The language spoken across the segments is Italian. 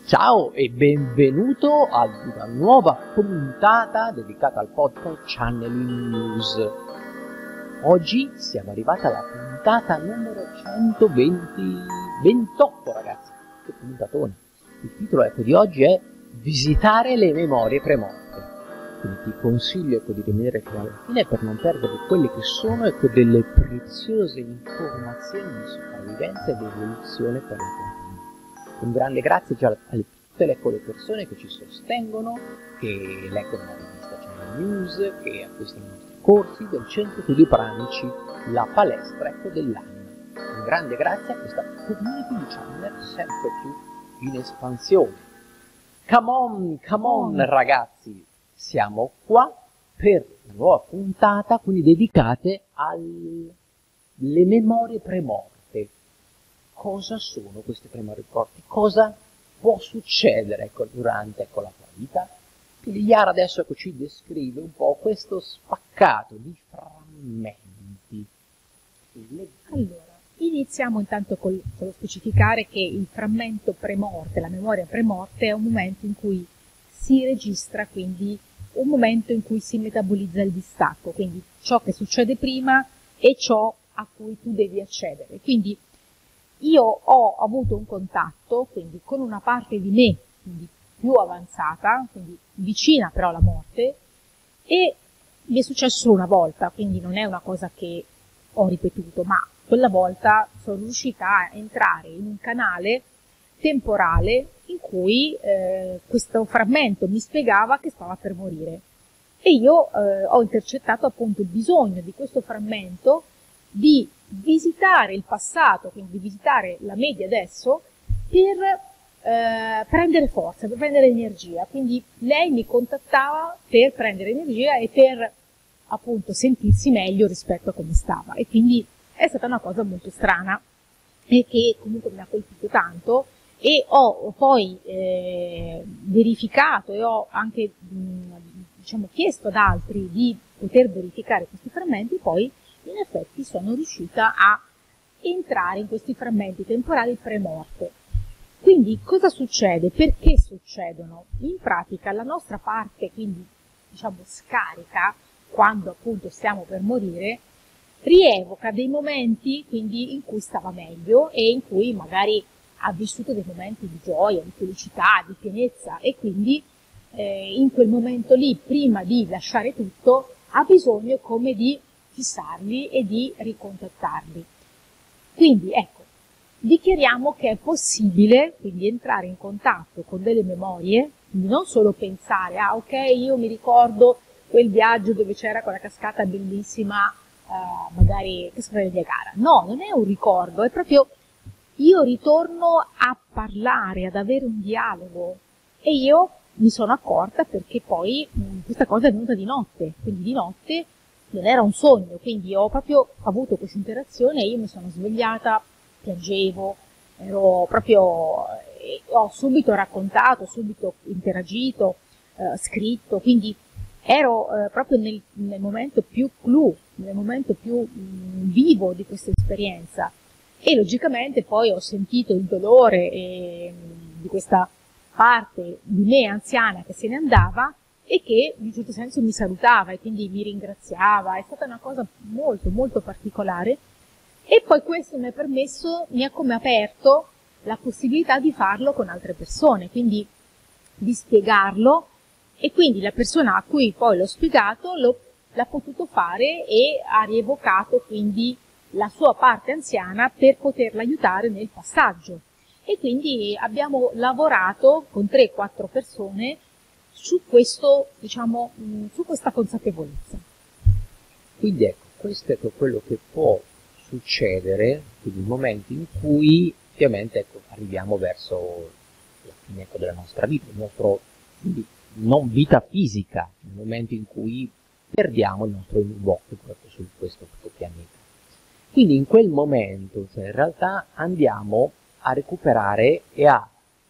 Ciao e benvenuto ad una nuova puntata dedicata al podcast Channeling News. Oggi siamo arrivati alla puntata numero 128, ragazzi. Che puntatone! Il titolo di oggi è Visitare le memorie premorte. Quindi ti consiglio di rimanere fino alla fine per non perdere quelle che sono delle preziose informazioni di sopravvivenza ed evoluzione per la tua. Un grande grazie già a tutte le persone che ci sostengono, che leggono la rivista Channeling News, che acquistano i nostri corsi del Centro Studi Pranici, la palestra dell'anima. Un grande grazie a questa community di channel sempre più in espansione. Come on ragazzi, siamo qua per una nuova puntata, quindi dedicate alle memorie premorte. Cosa sono queste memorie premorti? Cosa può succedere durante la tua vita? Quindi Iara adesso ci descrive un po' questo spaccato di frammenti. Allora, iniziamo intanto con lo specificare che il frammento premorte, la memoria premorte, è un momento in cui si registra, quindi un momento in cui si metabolizza il distacco, quindi ciò che succede prima e ciò a cui tu devi accedere. Quindi io ho avuto un contatto, quindi con una parte di me, quindi più avanzata, quindi vicina però alla morte, e mi è successo solo una volta, quindi non è una cosa che ho ripetuto, ma quella volta sono riuscita a entrare in un canale temporale in cui questo frammento mi spiegava che stava per morire. E io ho intercettato appunto il bisogno di questo frammento di visitare il passato, quindi di visitare la me di adesso, per prendere forza, per prendere energia. Quindi lei mi contattava per prendere energia e per appunto sentirsi meglio rispetto a come stava. E quindi è stata una cosa molto strana e che comunque mi ha colpito tanto, e ho poi verificato e ho anche chiesto ad altri di poter verificare questi frammenti. Poi in effetti sono riuscita a entrare in questi frammenti temporali premorte. Quindi cosa succede? Perché succedono? In pratica la nostra parte, quindi scarica, quando appunto stiamo per morire, rievoca dei momenti quindi in cui stava meglio e in cui magari ha vissuto dei momenti di gioia, di felicità, di pienezza, e quindi in quel momento lì, prima di lasciare tutto, ha bisogno come di fissarli e di ricontattarli. Quindi ecco, dichiariamo che è possibile quindi entrare in contatto con delle memorie, quindi non solo pensare, ok, io mi ricordo quel viaggio dove c'era quella cascata bellissima, magari cascata del Niagara. No, non è un ricordo, è proprio io ritorno a parlare, ad avere un dialogo, e io mi sono accorta perché poi questa cosa è venuta di notte, quindi di notte non era un sogno, quindi ho proprio avuto questa interazione e io mi sono svegliata, piangevo, ero proprio, ho subito raccontato, subito interagito, scritto, quindi ero proprio nel momento più clou, nel momento più vivo di questa esperienza, e logicamente poi ho sentito il dolore di questa parte di me anziana che se ne andava e che in un certo senso mi salutava e quindi mi ringraziava. È stata una cosa molto molto particolare, e poi questo mi ha permesso, mi ha come aperto la possibilità di farlo con altre persone, quindi di spiegarlo, e quindi la persona a cui poi l'ho spiegato l'ha potuto fare e ha rievocato quindi la sua parte anziana per poterla aiutare nel passaggio. E quindi abbiamo lavorato con 3-4 persone su questo, su questa consapevolezza. Quindi ecco, questo è quello che può succedere, quindi il momento in cui ovviamente arriviamo verso la fine della nostra vita, il nostro, quindi non vita fisica, il momento in cui perdiamo il nostro involucro su questo pianeta. Quindi in quel momento, in realtà andiamo a recuperare e a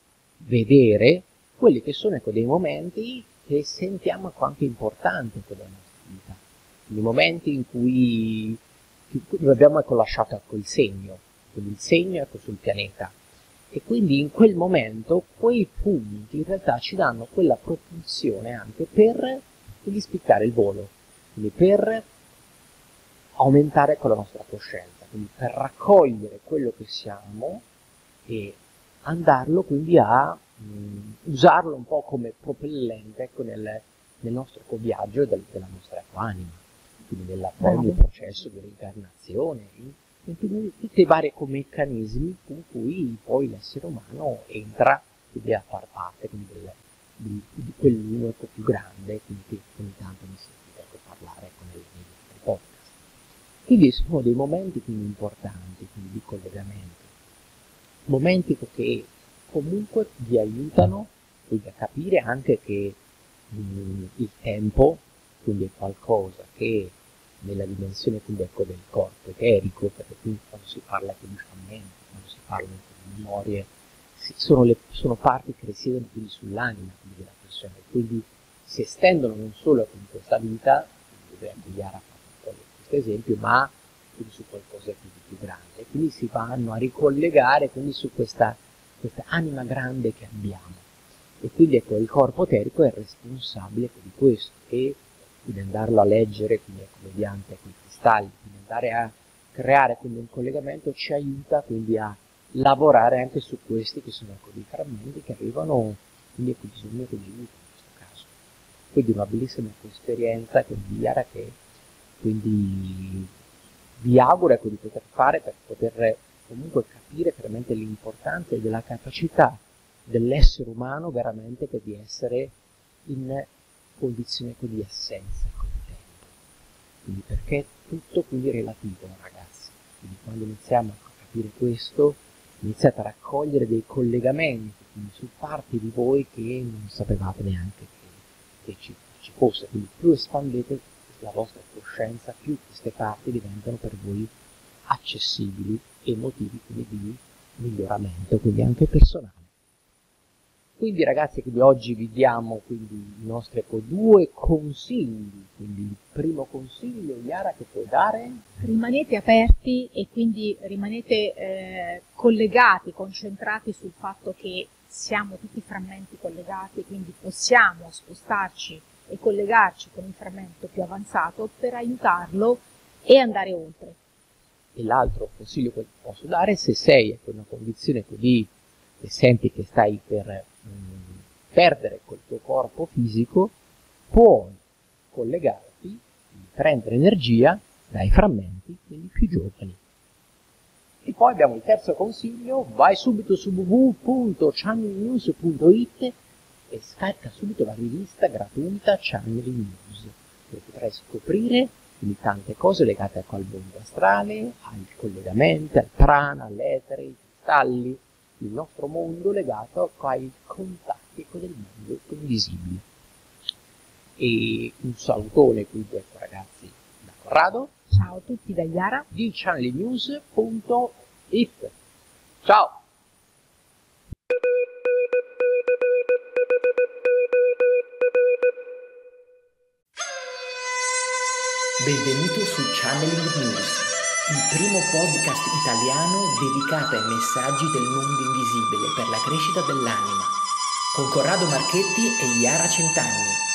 vedere quelli che sono dei momenti che sentiamo anche importanti della nostra vita, i momenti in cui abbiamo lasciato il segno, quindi il segno sul pianeta. E quindi in quel momento quei punti in realtà ci danno quella propulsione anche per quindi spiccare il volo, quindi per aumentare con la nostra coscienza, quindi per raccogliere quello che siamo e andarlo quindi a usarlo un po' come propellente, ecco, nel nostro viaggio della nostra anima, quindi nel processo di reincarnazione, in tutti i vari meccanismi con cui poi l'essere umano entra quindi a far parte quindi di quell'unico più grande, quindi che ogni tanto mi sentite parlare con nei vostri podcast. Quindi sono dei momenti quindi importanti, quindi di collegamento, momenti che comunque vi aiutano quindi a capire anche che il tempo quindi è qualcosa che nella dimensione quindi ecco del corpo eterico, perché quindi quando si parla di frammenti, quando si parla di memorie, sono parti che risiedono quindi sull'anima quindi della persona, e quindi si estendono non solo in questa vita, dove anche Yara ha fatto questo esempio, ma quindi su qualcosa di più grande, quindi si vanno a ricollegare quindi su questa anima grande che abbiamo, e quindi ecco il corpo eterico è responsabile di questo, e quindi andarlo a leggere quindi ecco, mediante quei cristalli, quindi andare a creare quindi un collegamento ci aiuta quindi a lavorare anche su questi che sono ecco, dei frammenti che arrivano quindi ecco bisogno di aiuto in questo caso. Quindi una bellissima esperienza con Yara che quindi vi auguro ecco, di poter fare per poter comunque capire veramente l'importanza della capacità dell'essere umano veramente di essere in condizione di assenza con il tempo. Quindi perché è tutto quindi relativo, ragazzi. Quindi quando iniziamo a capire questo, iniziate a raccogliere dei collegamenti quindi su parti di voi che non sapevate neanche che ci fosse. Quindi più espandete la vostra coscienza, più queste parti diventano per voi accessibili e motivi quindi di miglioramento, quindi anche personale. Quindi ragazzi, quindi oggi vi diamo quindi i nostri ecco, 2 consigli. Quindi il primo consiglio, Yara, che puoi dare? Rimanete aperti e quindi rimanete collegati, concentrati sul fatto che siamo tutti frammenti collegati, quindi possiamo spostarci e collegarci con il frammento più avanzato per aiutarlo e andare oltre. E l'altro consiglio che posso dare, se sei in una condizione così e senti che stai per perdere col tuo corpo fisico, puoi collegarti, prendere energia dai frammenti quindi più giovani. E poi abbiamo il terzo consiglio, vai subito su www.channelnews.it e scarica subito la rivista gratuita Channeling News, dove potrai scoprire quindi tante cose legate al mondo astrale, ai collegamenti, al prana, all'etere, ai cristalli, il nostro mondo legato ai contatti con il mondo invisibile. E un salutone quindi ecco ragazzi da Corrado. Ciao a tutti da Yara di channelnews.it. Ciao! Benvenuto su Channeling News, il primo podcast italiano dedicato ai messaggi del mondo invisibile per la crescita dell'anima, con Corrado Marchetti e Yara Centanni.